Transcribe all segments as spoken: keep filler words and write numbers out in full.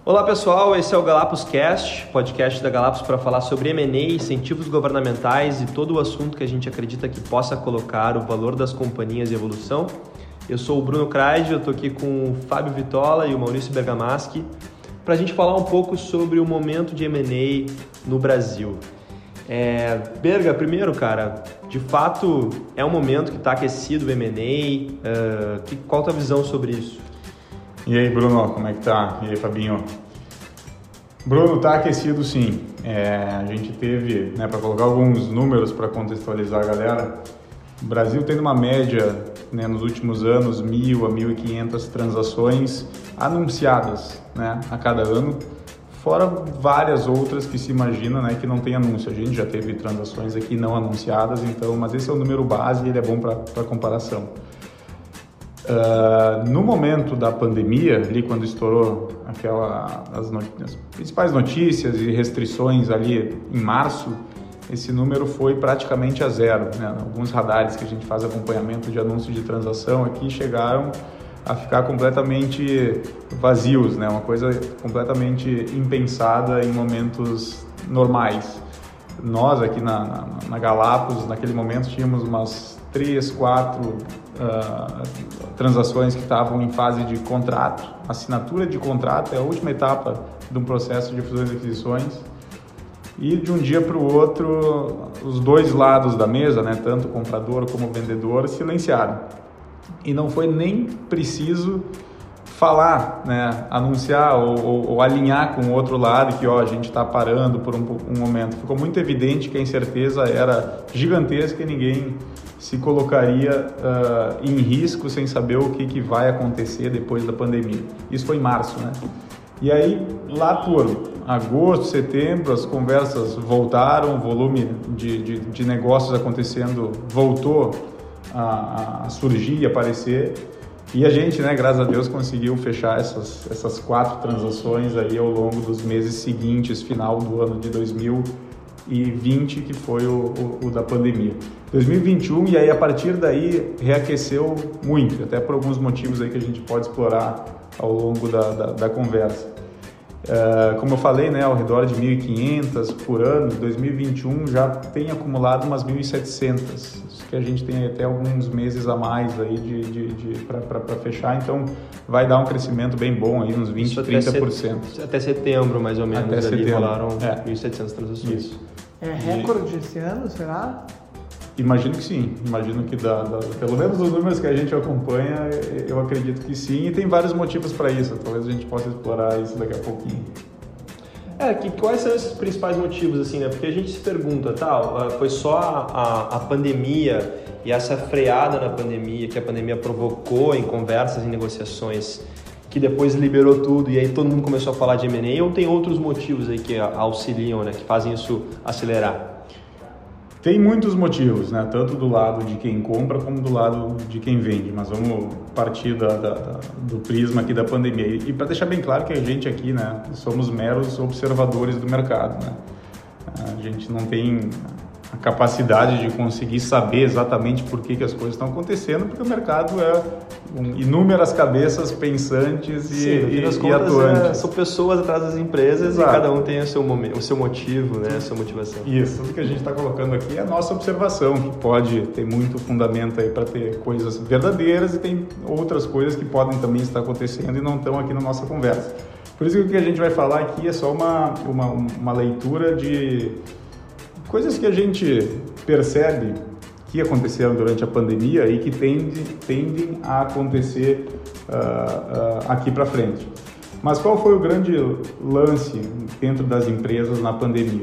Olá pessoal, esse é o Galapos Cast, podcast da Galapos para falar sobre M and A, incentivos governamentais e todo o assunto que a gente acredita que possa colocar o valor das companhias em evolução. Eu sou o Bruno Kreide, eu estou aqui com o Fábio Vitola e o Maurício Bergamaschi para a gente falar um pouco sobre o momento de M and A no Brasil. É, Berga, primeiro, cara, de fato é um momento que está aquecido o M and A, uh, que, qual a tua visão sobre isso? E aí, Bruno, como é que tá? E aí, Fabinho? Bruno, tá aquecido sim. É, a gente teve, né, para colocar alguns números para contextualizar a galera, o Brasil tem uma média, né, nos últimos anos, mil a mil e quinhentas transações anunciadas, né, a cada ano, fora várias outras que se imagina, né, que não tem anúncio. A gente já teve transações aqui não anunciadas, então, mas esse é o número base e ele é bom para comparação. Uh, no momento da pandemia, ali quando estourou aquela, as, not- as principais notícias e restrições ali em março, esse número foi praticamente a zero, né? Alguns radares que a gente faz acompanhamento de anúncio de transação aqui chegaram a ficar completamente vazios, né? Uma coisa completamente impensada em momentos normais. Nós aqui na, na, na Galapos, naquele momento, tínhamos umas três, quatro uh, transações que estavam em fase de contrato. Assinatura de contrato é a última etapa de um processo de fusões e aquisições. E de um dia para o outro, os dois lados da mesa, né, tanto o comprador como o vendedor, silenciaram. E não foi nem preciso falar, né, anunciar ou, ou, ou alinhar com o outro lado que ó, a gente está parando por um, um momento. Ficou muito evidente que a incerteza era gigantesca e ninguém se colocaria uh, em risco sem saber o que, que vai acontecer depois da pandemia. Isso foi em março, né? E aí, lá por agosto, setembro, as conversas voltaram, o volume de, de, de negócios acontecendo voltou a, a surgir e aparecer. E a gente, né, graças a Deus, conseguiu fechar essas, essas quatro transações aí ao longo dos meses seguintes, final do ano de dois mil e vinte, que foi o, o, o da pandemia. dois mil e vinte e um, e aí a partir daí reaqueceu muito, até por alguns motivos aí que a gente pode explorar ao longo da, da, da conversa. Uh, como eu falei, né, ao redor de mil e quinhentas por ano, dois mil e vinte e um já tem acumulado umas mil e setecentas, isso que a gente tem até alguns meses a mais aí de, de, de, para fechar, então vai dar um crescimento bem bom, aí, uns vinte, trinta por cento. Até, até setembro, mais ou menos, até ali setembro. Rolaram é. mil e setecentas transações. Isso. É recorde esse ano, será? Imagino que sim, imagino que dá, dá, pelo menos os números que a gente acompanha, eu acredito que sim, e tem vários motivos para isso, talvez a gente possa explorar isso daqui a pouquinho. É, que, quais são esses principais motivos, assim, né? Porque a gente se pergunta, tá, foi só a, a, a pandemia e essa freada na pandemia, que a pandemia provocou em conversas, em negociações, que depois liberou tudo e aí todo mundo começou a falar de M and A, ou tem outros motivos aí que auxiliam, né, que fazem isso acelerar? Tem muitos motivos, né? Tanto do lado de quem compra como do lado de quem vende, mas vamos partir da, da, da, do prisma aqui da pandemia. E, e para deixar bem claro que a gente aqui, né, somos meros observadores do mercado, né? A gente não tem a capacidade de conseguir saber exatamente por que, que as coisas estão acontecendo, porque o mercado é um, inúmeras cabeças pensantes e, Sim, e, das e contas, atuantes. É, são pessoas atrás das empresas. Exato. E cada um tem o seu, o seu motivo, né, a sua motivação. Isso, tudo que a gente está colocando aqui é a nossa observação, que pode ter muito fundamento aí para ter coisas verdadeiras e tem outras coisas que podem também estar acontecendo e não estão aqui na nossa conversa. Por isso que o que a gente vai falar aqui é só uma, uma, uma leitura de coisas que a gente percebe que aconteceram durante a pandemia e que tende, tendem a acontecer uh, uh, aqui para frente. Mas qual foi o grande lance dentro das empresas na pandemia?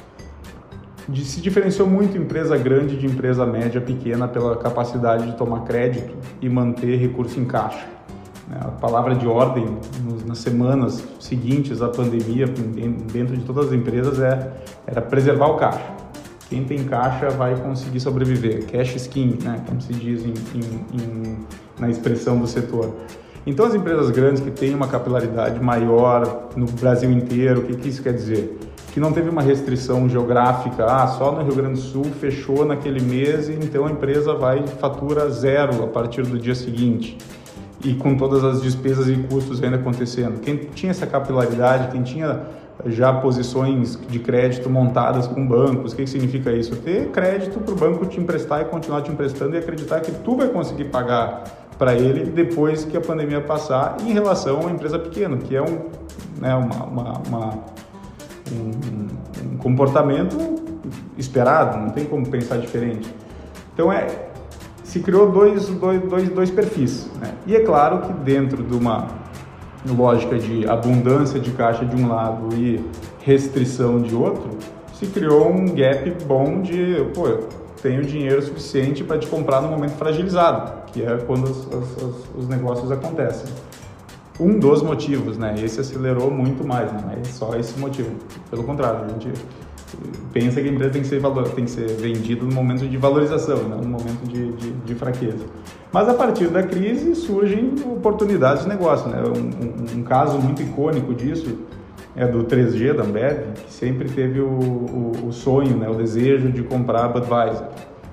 De, se diferenciou muito empresa grande de empresa média pequena pela capacidade de tomar crédito e manter recurso em caixa. A palavra de ordem nos, nas semanas seguintes à pandemia, dentro de todas as empresas, é, era preservar o caixa. Quem tem caixa vai conseguir sobreviver. Cash is king, né, como se diz em, em, em, na expressão do setor. Então, as empresas grandes que têm uma capilaridade maior no Brasil inteiro, o que, que isso quer dizer? Que não teve uma restrição geográfica, ah, só no Rio Grande do Sul fechou naquele mês e então a empresa vai fatura zero a partir do dia seguinte. e com todas as despesas e custos ainda acontecendo. Quem tinha essa capilaridade, quem tinha já posições de crédito montadas com bancos, o que, que significa isso? Ter crédito para o banco te emprestar e continuar te emprestando e acreditar que tu vai conseguir pagar para ele depois que a pandemia passar, em relação a uma empresa pequena, que é um, né, uma, uma, uma, um, um comportamento esperado, não tem como pensar diferente. Então, é, se criou dois, dois, dois, dois perfis, né? E é claro que dentro de uma lógica de abundância de caixa de um lado e restrição de outro, se criou um gap bom de, pô, eu tenho dinheiro suficiente para te comprar no momento fragilizado, que é quando os, os, os negócios acontecem. Um dos motivos, né? Esse acelerou muito mais, não é só esse motivo. Pelo contrário, a gente pensa que a empresa tem que ser, valor, tem que ser vendida no momento de valorização, não no momento de, de, de fraqueza. Mas a partir da crise surgem oportunidades de negócio, né? Um, um, um caso muito icônico disso é do três G da Ambev, que sempre teve o, o, o sonho, né? O desejo de comprar a Budweiser.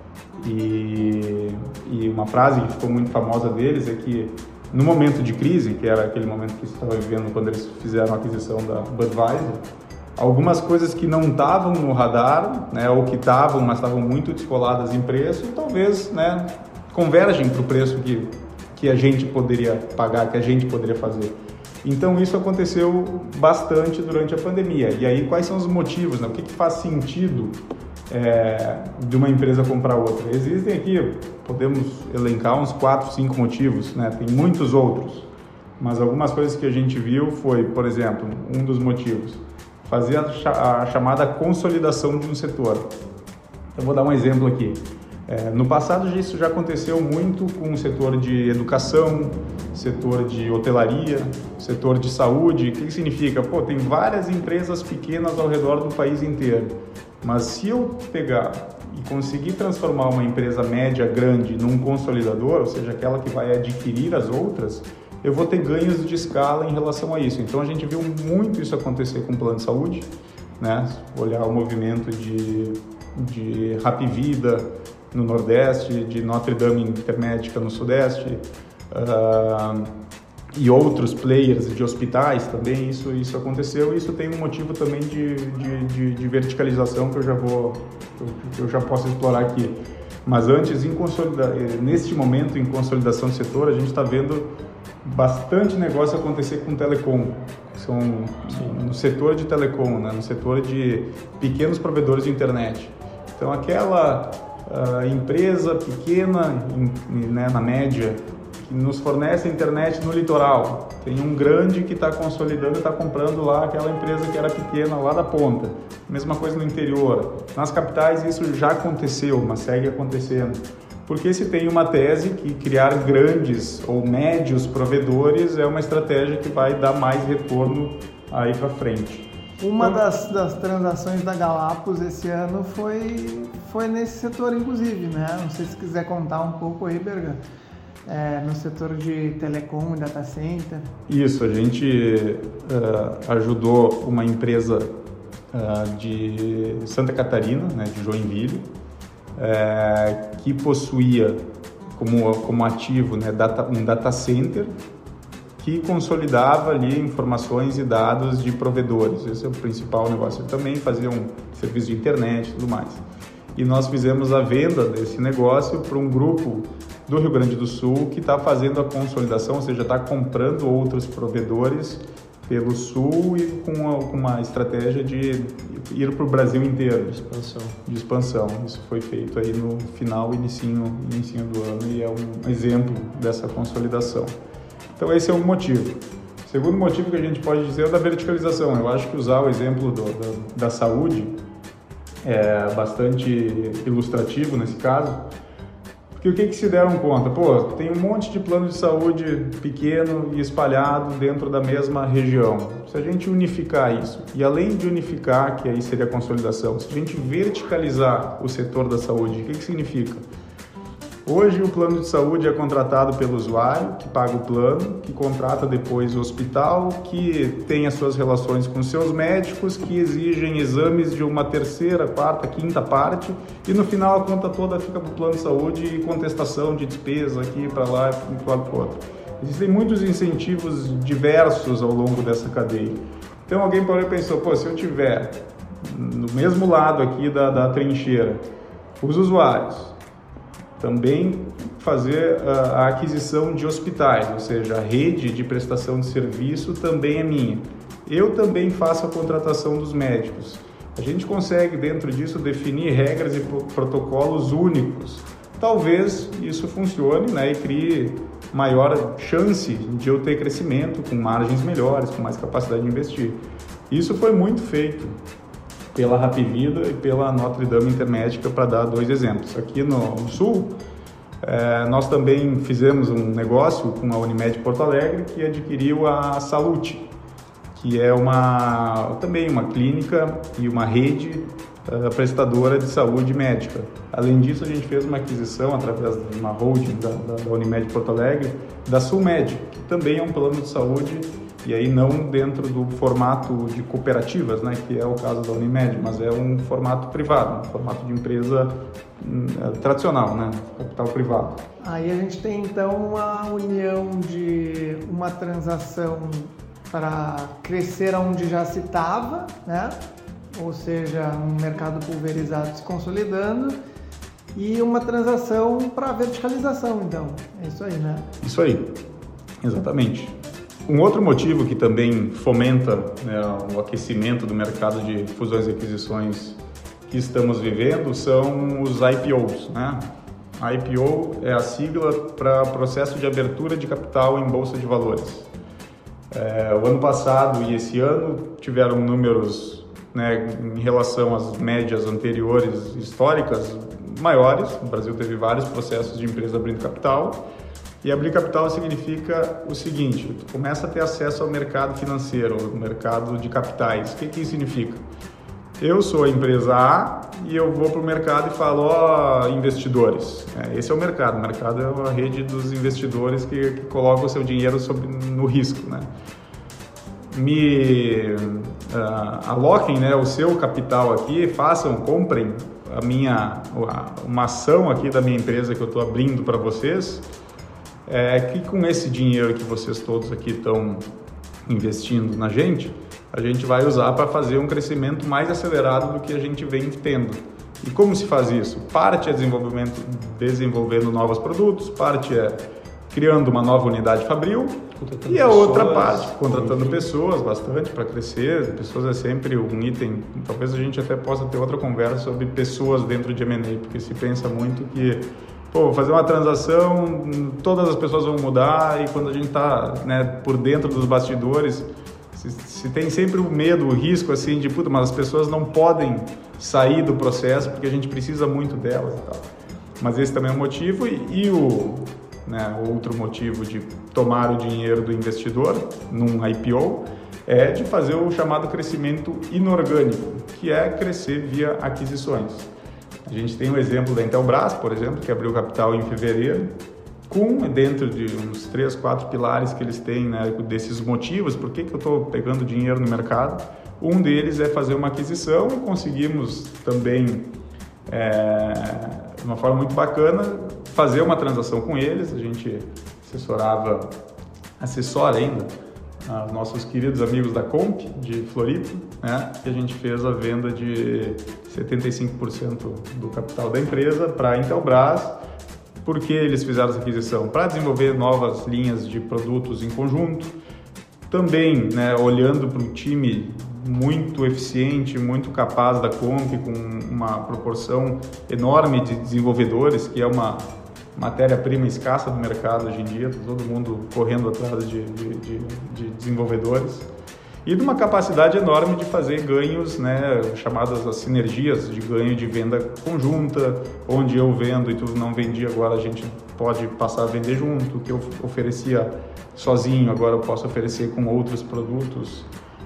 E, e uma frase que ficou muito famosa deles é que no momento de crise, que era aquele momento que se estava vivendo quando eles fizeram a aquisição da Budweiser, algumas coisas que não estavam no radar, né, ou que estavam, mas estavam muito descoladas em preço, talvez, né, convergem para o preço que, que a gente poderia pagar, que a gente poderia fazer. Então, isso aconteceu bastante durante a pandemia. E aí, quais são os motivos, né? O que, que faz sentido é, de uma empresa comprar outra? Existem aqui, podemos elencar uns quatro, cinco motivos, né? Tem muitos outros, mas algumas coisas que a gente viu foi, por exemplo, um dos motivos, fazer a chamada consolidação de um setor. Eu vou dar um exemplo aqui. É, no passado isso já aconteceu muito com o setor de educação, setor de hotelaria, setor de saúde. O que significa? Pô, tem várias empresas pequenas ao redor do país inteiro. Mas se eu pegar e conseguir transformar uma empresa média grande num consolidador, ou seja, aquela que vai adquirir as outras, eu vou ter ganhos de escala em relação a isso. Então, a gente viu muito isso acontecer com o plano de saúde, né? Olhar o movimento de, de Hapvida no Nordeste, de Notre Dame Intermédica no Sudeste, uh, e outros players de hospitais também, isso, isso aconteceu. E isso tem um motivo também de, de, de, de verticalização que eu já vou, que eu já posso explorar aqui. Mas antes, em consolida... neste momento, em consolidação do setor, a gente está vendo bastante negócio acontecer com telecom, são Sim. no setor de telecom, né? No setor de pequenos provedores de internet. Então, aquela uh, empresa pequena, em, né, na média, que nos fornece internet no litoral, tem um grande que está consolidando e está comprando lá aquela empresa que era pequena lá da ponta. Mesma coisa no interior. Nas capitais isso já aconteceu, mas segue acontecendo. Porque se tem uma tese que criar grandes ou médios provedores é uma estratégia que vai dar mais retorno aí para frente. Uma então, das, das transações da Galápagos esse ano foi, foi nesse setor, inclusive, né? Não sei se quiser contar um pouco aí, Berga, é, no setor de telecom e data center. Isso, a gente uh, ajudou uma empresa uh, de Santa Catarina, né, de Joinville, É, que possuía como, como ativo, né, data, um data center que consolidava ali informações e dados de provedores. Esse é o principal negócio. Ele também fazia um serviço de internet e tudo mais. E nós fizemos a venda desse negócio para um grupo do Rio Grande do Sul que está fazendo a consolidação, ou seja, está comprando outros provedores pelo Sul e com uma, com uma estratégia de ir para o Brasil inteiro. De expansão. De expansão. Isso foi feito aí no final, inicinho, inicinho do ano e é um exemplo dessa consolidação. Então esse é um motivo. O segundo motivo que a gente pode dizer é o da verticalização. Eu acho que usar o exemplo do, da, da saúde é bastante ilustrativo nesse caso. Porque o que que se deram conta? Pô, tem um monte de plano de saúde pequeno e espalhado dentro da mesma região. Se a gente unificar isso, e além de unificar, que aí seria a consolidação, se a gente verticalizar o setor da saúde, o que que significa? Hoje o plano de saúde é contratado pelo usuário, que paga o plano, que contrata depois o hospital, que tem as suas relações com seus médicos, que exigem exames de uma terceira, quarta, quinta parte, e no final a conta toda fica para o plano de saúde e contestação de despesa aqui para lá e para o outro. Existem muitos incentivos diversos ao longo dessa cadeia. Então alguém pode pensar, pô, se eu tiver no mesmo lado aqui da, da trincheira os usuários, também fazer a, a aquisição de hospitais, ou seja, a rede de prestação de serviço também é minha. Eu também faço a contratação dos médicos. A gente consegue, dentro disso, definir regras e protocolos únicos. Talvez isso funcione, né, e crie maior chance de eu ter crescimento, com margens melhores, com mais capacidade de investir. Isso foi muito feito pela Rapvida e pela Notre Dame Intermédica, para dar dois exemplos. Aqui no Sul, é, nós também fizemos um negócio com a Unimed Porto Alegre, que adquiriu a Salute, que é uma, também uma clínica e uma rede uh, prestadora de saúde médica. Além disso, a gente fez uma aquisição através de uma holding da, da, da Unimed Porto Alegre, da Sulmed, que também é um plano de saúde, e aí não dentro do formato de cooperativas, né, que é o caso da Unimed, mas é um formato privado, um formato de empresa uh, tradicional, né, capital privado. Aí a gente tem então uma união de uma transação para crescer onde já se estava, né? Ou seja, um mercado pulverizado se consolidando, e uma transação para verticalização, então. É isso aí, né? Isso aí, exatamente. Um outro motivo que também fomenta, né, o aquecimento do mercado de fusões e aquisições que estamos vivendo são os I P Os, né? A I P O é a sigla para processo de abertura de capital em bolsa de valores. É, o ano passado e esse ano tiveram números, né, em relação às médias anteriores históricas maiores. O Brasil teve vários processos de empresa abrindo capital, e abrir capital significa o seguinte: tu começa a ter acesso ao mercado financeiro, ao mercado de capitais. O que, que isso significa? Eu sou a empresa A e eu vou para o mercado e falo, ó, oh, investidores. É, esse é o mercado. O mercado é a rede dos investidores que, que colocam o seu dinheiro sobre, no risco, né? Me uh, aloquem, né, o seu capital aqui, façam, comprem a minha, uma ação aqui da minha empresa que eu estou abrindo para vocês, é, que com esse dinheiro que vocês todos aqui estão investindo na gente, a gente vai usar para fazer um crescimento mais acelerado do que a gente vem tendo. E como se faz isso? Parte é desenvolvimento, desenvolvendo novos produtos, parte é criando uma nova unidade fabril, e a outra parte, contratando pessoas bastante para crescer. Pessoas é sempre um item. Talvez a gente até possa ter outra conversa sobre pessoas dentro de M and A, porque se pensa muito que, pô, vou fazer uma transação, todas as pessoas vão mudar, e quando a gente está, né, por dentro dos bastidores, se, se tem sempre o medo, o risco assim de, puta, mas as pessoas não podem sair do processo porque a gente precisa muito delas e tal. Mas esse também é um motivo, e, e o, né, outro motivo de tomar o dinheiro do investidor num I P O é de fazer o chamado crescimento inorgânico, que é crescer via aquisições. A gente tem um exemplo da Intelbras, por exemplo, que abriu capital em fevereiro, com, dentro de uns três, quatro pilares que eles têm, né, desses motivos, por que que eu estou pegando dinheiro no mercado. Um deles é fazer uma aquisição, e conseguimos também, é, de uma forma muito bacana, fazer uma transação com eles. A gente assessorava, assessora ainda, os nossos queridos amigos da Comp, de Floripa, né, que a gente fez a venda de setenta e cinco por cento do capital da empresa para a Intelbras. Por que eles fizeram essa aquisição? Para desenvolver novas linhas de produtos em conjunto. Também, né, olhando para um time muito eficiente, muito capaz da Comp, com uma proporção enorme de desenvolvedores, que é uma matéria-prima escassa do mercado hoje em dia, todo mundo correndo atrás de, de, de, de desenvolvedores. E de uma capacidade enorme de fazer ganhos, né, chamadas as sinergias de ganho de venda conjunta, onde eu vendo e tu não vendia, agora a gente pode passar a vender junto. O que eu oferecia sozinho, agora eu posso oferecer com outros produtos,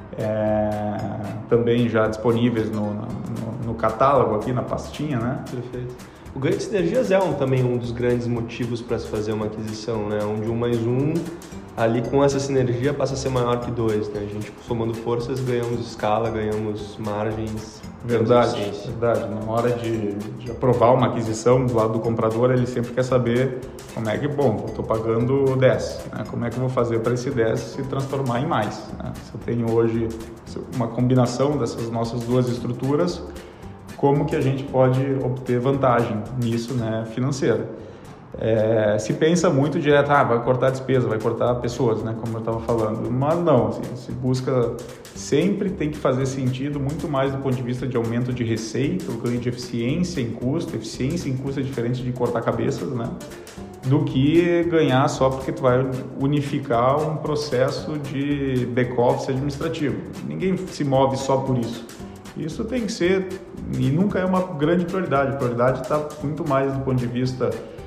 é, também já disponíveis no, no, no catálogo aqui, na pastinha, né? Perfeito. O ganho de sinergias é um, também um dos grandes motivos para se fazer uma aquisição, né? Onde um mais um ali com essa sinergia passa a ser maior que dois, né? A gente somando forças ganhamos escala, ganhamos margens. Verdade, verdade. Na hora de, de aprovar uma aquisição do lado do comprador, ele sempre quer saber como é que, bom, eu estou pagando dez, né? Como é que eu vou fazer para esse dez se transformar em mais, né? Se eu tenho hoje uma combinação dessas nossas duas estruturas, como que a gente pode obter vantagem nisso, né, financeira? É, se pensa muito direto, ah, vai cortar despesa, vai cortar pessoas, né, como eu estava falando, mas não, assim, se busca, sempre tem que fazer sentido muito mais do ponto de vista de aumento de receita, o ganho de eficiência em custo, eficiência em custo é diferente de cortar cabeças, né, do que ganhar só porque tu vai unificar um processo de back-office administrativo. Ninguém se move só por isso. Isso tem que ser, e nunca é uma grande prioridade, a prioridade está muito mais do ponto de vista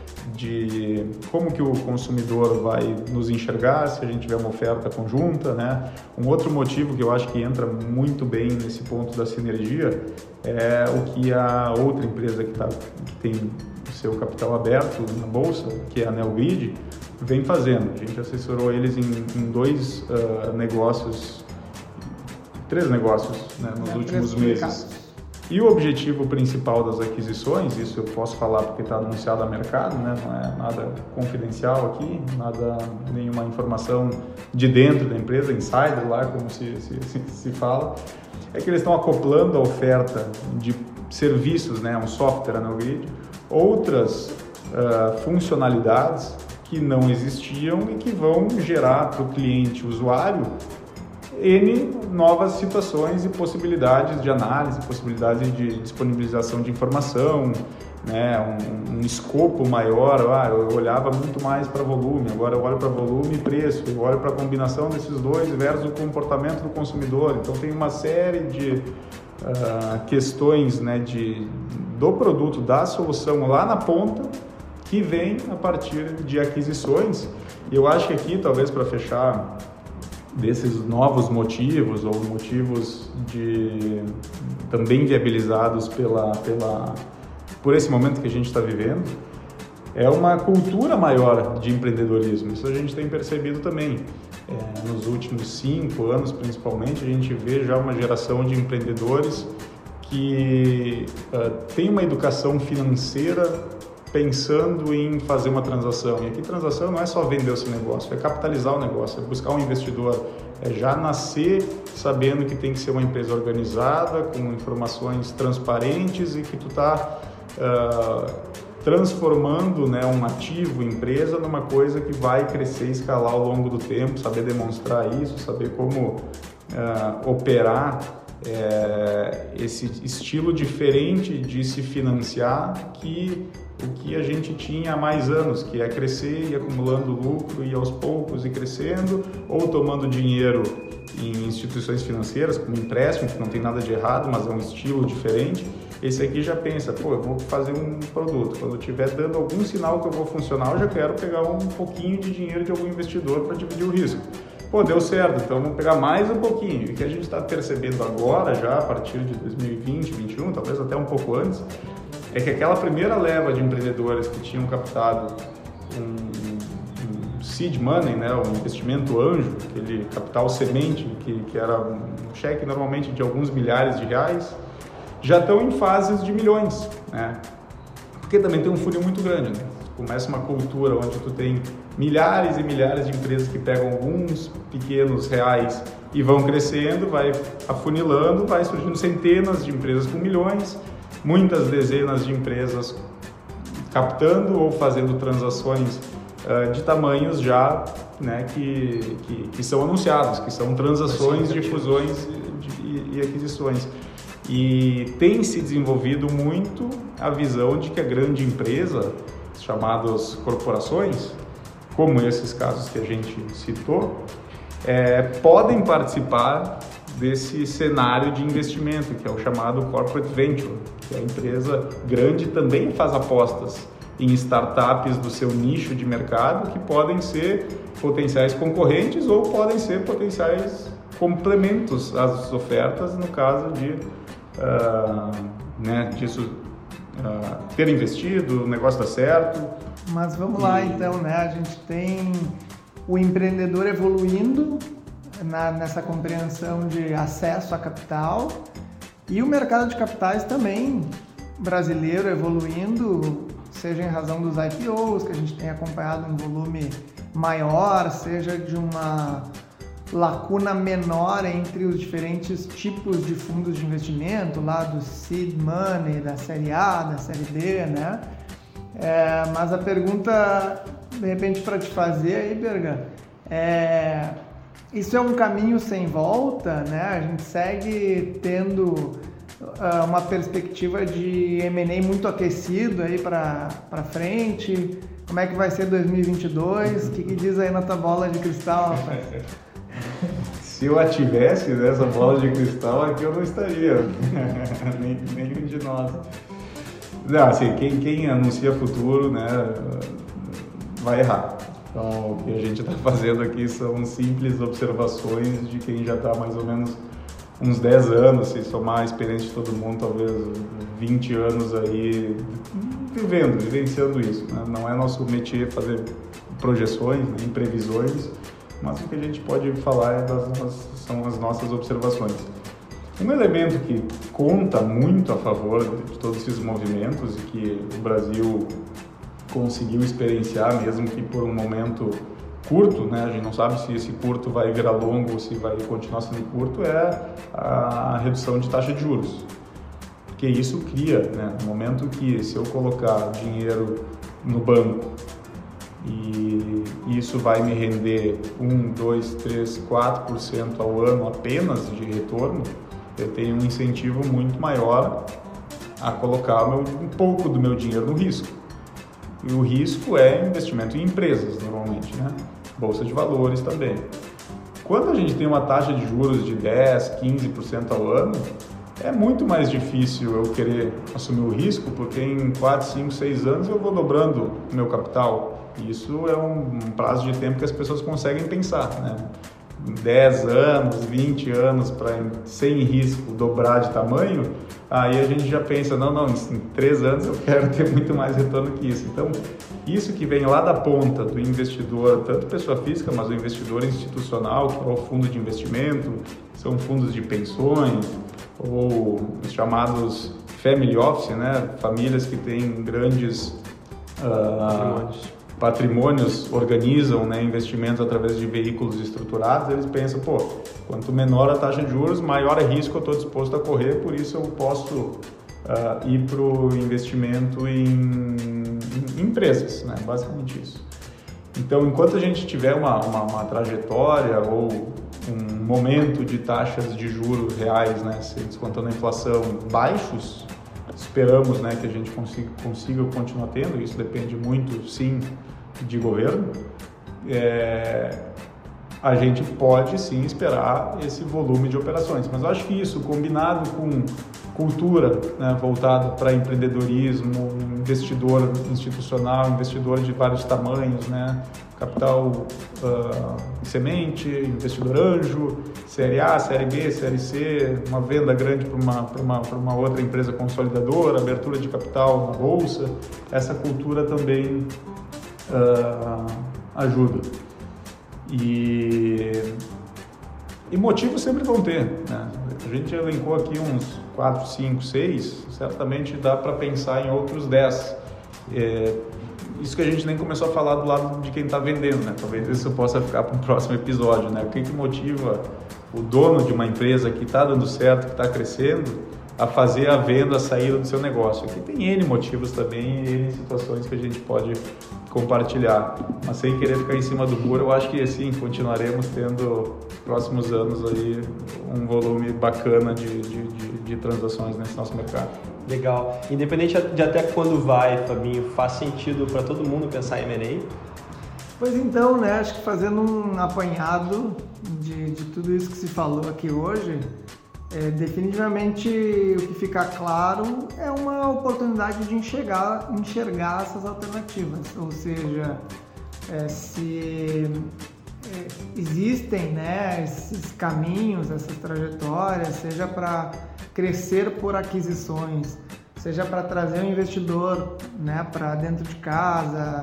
de como que o consumidor vai nos enxergar se a gente tiver uma oferta conjunta, né? Um outro motivo que eu acho que entra muito bem nesse ponto da sinergia é o que a outra empresa que, tá, que tem o seu capital aberto na bolsa, que é a Neogrid, vem fazendo. A gente assessorou eles em, em dois uh, negócios, três negócios, né, nos é, últimos meses. E o objetivo principal das aquisições, isso eu posso falar porque está anunciado a mercado, né? Não é nada confidencial aqui, nada, nenhuma informação de dentro da empresa, insider lá, como se, se, se, se fala, é que eles estão acoplando a oferta de serviços, né? Um software, a Neogrid, outras uh, funcionalidades que não existiam e que vão gerar para o cliente, usuário, N novas situações e possibilidades de análise, possibilidades de disponibilização de informação, né, um, um escopo maior. Ah, eu olhava muito mais para volume, agora eu olho para volume e preço, eu olho para a combinação desses dois versus o comportamento do consumidor. Então tem uma série de uh, questões, né, de, do produto, da solução lá na ponta, que vem a partir de aquisições. E eu acho que aqui, talvez para fechar, desses novos motivos ou motivos de, também viabilizados pela, pela, por esse momento que a gente está vivendo, é uma cultura maior de empreendedorismo. Isso a gente tem percebido também. É, nos últimos cinco anos, principalmente, a gente vê já uma geração de empreendedores que uh, tem uma educação financeira pensando em fazer uma transação. E aqui transação não é só vender o seu negócio, é capitalizar o negócio, é buscar um investidor, é já nascer sabendo que tem que ser uma empresa organizada, com informações transparentes e que tu está uh, transformando, né, um ativo, empresa, numa coisa que vai crescer e escalar ao longo do tempo, saber demonstrar isso, saber como uh, operar é, esse estilo diferente de se financiar que o que a gente tinha há mais anos, que é crescer e acumulando lucro e aos poucos e crescendo, ou tomando dinheiro em instituições financeiras, como empréstimo, que não tem nada de errado, mas é um estilo diferente. Esse aqui já pensa, pô, eu vou fazer um produto, quando eu estiver dando algum sinal que eu vou funcionar, eu já quero pegar um pouquinho de dinheiro de algum investidor para dividir o risco. Pô, deu certo, então vamos pegar mais um pouquinho. E o que a gente está percebendo agora, já a partir de dois mil e vinte, dois mil e vinte e um, talvez até um pouco antes, é que aquela primeira leva de empreendedores que tinham captado um, um seed money, né, um investimento anjo, aquele capital semente, que, que era um cheque normalmente de alguns milhares de reais, já estão em fases de milhões, né? Porque também tem um funil muito grande, né? Começa uma cultura onde tu tem milhares e milhares de empresas que pegam alguns pequenos reais e vão crescendo, vai afunilando, vai surgindo centenas de empresas com milhões, muitas dezenas de empresas captando ou fazendo transações uh, de tamanhos já, né, que, que, que são anunciados, que são transações de fusões e, e aquisições. E tem se desenvolvido muito a visão de que a grande empresa, chamadas corporações, como esses casos que a gente citou, é, podem participar desse cenário de investimento, que é o chamado Corporate Venture, que a empresa grande também faz apostas em startups do seu nicho de mercado, que podem ser potenciais concorrentes ou podem ser potenciais complementos às ofertas, no caso de uh, né, disso uh, ter investido, o negócio dar certo. Mas vamos lá, então, né? A gente tem o empreendedor evoluindo na, nessa compreensão de acesso a capital e o mercado de capitais também brasileiro evoluindo, seja em razão dos I P Os, que a gente tem acompanhado um volume maior, seja de uma lacuna menor entre os diferentes tipos de fundos de investimento, lá do seed money, da série A, da série B, né? É, mas a pergunta, de repente, para te fazer aí, Berga, é, isso é um caminho sem volta, né? A gente segue tendo uh, uma perspectiva de M and A muito aquecido aí para frente. Como é que vai ser dois mil e vinte e dois? O que, que diz aí na tua bola de cristal, rapaz? Se eu a tivesse, né, essa bola de cristal, aqui eu não estaria, Nem, nenhum de nós. Não, assim, quem, quem anuncia futuro, né, vai errar. Então, o que a gente está fazendo aqui são simples observações de quem já está mais ou menos uns dez anos, se somar a experiência de todo mundo, talvez vinte anos aí, vivendo, vivenciando isso. Né? Não é nosso métier fazer projeções, nem previsões, mas o que a gente pode falar é das, são as nossas observações. Um elemento que conta muito a favor de todos esses movimentos e que o Brasil conseguiu experienciar, mesmo que por um momento curto, né? A gente não sabe se esse curto vai virar longo ou se vai continuar sendo curto, é a redução de taxa de juros. Porque isso cria, né? No momento que se eu colocar dinheiro no banco e isso vai me render um, dois, três, quatro por cento ao ano apenas de retorno, eu tenho um incentivo muito maior a colocar meu, um pouco do meu dinheiro no risco. E o risco é investimento em empresas, normalmente, né? Bolsa de valores também. Quando a gente tem uma taxa de juros de dez, quinze por cento ao ano, é muito mais difícil eu querer assumir o risco, porque em quatro, cinco, seis anos eu vou dobrando o meu capital. Isso é um prazo de tempo que as pessoas conseguem pensar, né? dez anos, vinte anos para sem risco dobrar de tamanho, aí a gente já pensa, não, não, em três anos eu quero ter muito mais retorno que isso. Então, isso que vem lá da ponta do investidor, tanto pessoa física, mas o investidor institucional, que é o fundo de investimento, são fundos de pensões, ou os chamados family office, né? Famílias que têm grandes uh, patrimônios, organizam, né, investimentos através de veículos estruturados. Eles pensam, pô, quanto menor a taxa de juros, maior é risco eu estou disposto a correr, por isso eu posso uh, ir para o investimento em, em empresas, né? Basicamente isso. Então, enquanto a gente tiver uma, uma, uma trajetória ou um momento de taxas de juros reais, né, se descontando a inflação, baixos, esperamos, né, que a gente consiga, consiga continuar tendo, isso depende muito, sim, de governo, é, a gente pode, sim, esperar esse volume de operações. Mas eu acho que isso, combinado com cultura, né, voltada para empreendedorismo, investidor institucional, investidor de vários tamanhos, né, capital uh, semente, investidor anjo, série A, série B, série C, uma venda grande para uma, para uma, para uma outra empresa consolidadora, abertura de capital na bolsa, essa cultura também uh, ajuda. E, e motivos sempre vão ter, né? A gente elencou aqui uns quatro, cinco, seis, certamente dá para pensar em outros dez. É, isso que a gente nem começou a falar do lado de quem está vendendo, né? Talvez isso possa ficar para um próximo episódio, né? O que, que motiva o dono de uma empresa que está dando certo, que está crescendo, a fazer a venda, a saída do seu negócio? Aqui tem N motivos também, N situações que a gente pode compartilhar, mas sem querer ficar em cima do muro, eu acho que assim, continuaremos tendo próximos anos aí um volume bacana de, de, de, de transações nesse nosso mercado. Legal. Independente de até quando vai, Fabinho, faz sentido para todo mundo pensar em M and A? Pois então, né, acho que fazendo um apanhado de, de tudo isso que se falou aqui hoje, é, definitivamente o que fica claro é uma oportunidade de enxergar, enxergar essas alternativas, ou seja, é, se é, existem, né, esses caminhos, essas trajetórias, seja para crescer por aquisições, seja para trazer um investidor, né, para dentro de casa,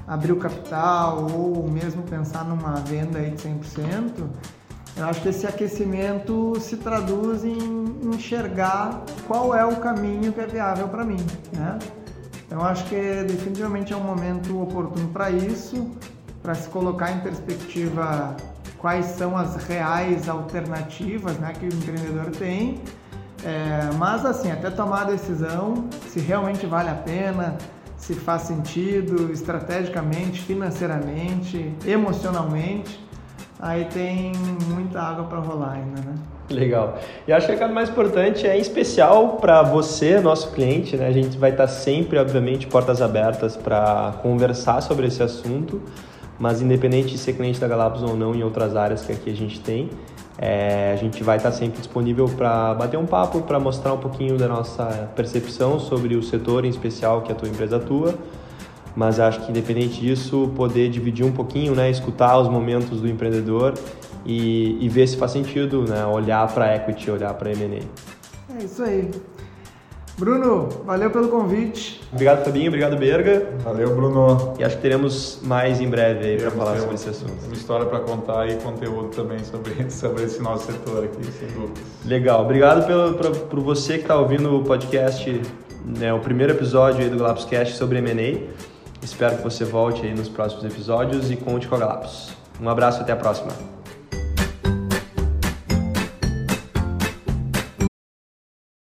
abrir o capital ou mesmo pensar numa venda aí de cem por cento, eu acho que esse aquecimento se traduz em enxergar qual é o caminho que é viável para mim, né? Então, eu acho que definitivamente é um momento oportuno para isso, para se colocar em perspectiva quais são as reais alternativas, né, que o empreendedor tem. É, mas assim, até tomar a decisão, se realmente vale a pena, se faz sentido estrategicamente, financeiramente, emocionalmente, aí tem muita água para rolar ainda, né? Legal. E acho que o recado mais importante é, em especial para você, nosso cliente, né? A gente vai estar sempre, obviamente, portas abertas para conversar sobre esse assunto, mas independente de ser cliente da Galápagos ou não, em outras áreas que aqui a gente tem, é, a gente vai estar sempre disponível para bater um papo, para mostrar um pouquinho da nossa percepção sobre o setor em especial que a tua empresa atua. Mas acho que independente disso, poder dividir um pouquinho, né, escutar os momentos do empreendedor e, e ver se faz sentido, né, olhar para a equity, olhar para a M and A. É isso aí. Bruno, valeu pelo convite. Obrigado, Fabinho. Obrigado, Berga. Valeu, Bruno. E acho que teremos mais em breve aí para falar sobre esse assunto. Uma história para contar e conteúdo também sobre, sobre esse nosso setor aqui, sem dúvidas. Legal. Obrigado pelo, por, por você que está ouvindo o podcast, né, o primeiro episódio aí do Galápagos Cast sobre M and A. Espero que você volte aí nos próximos episódios e conte com a Galápagos. Um abraço e até a próxima.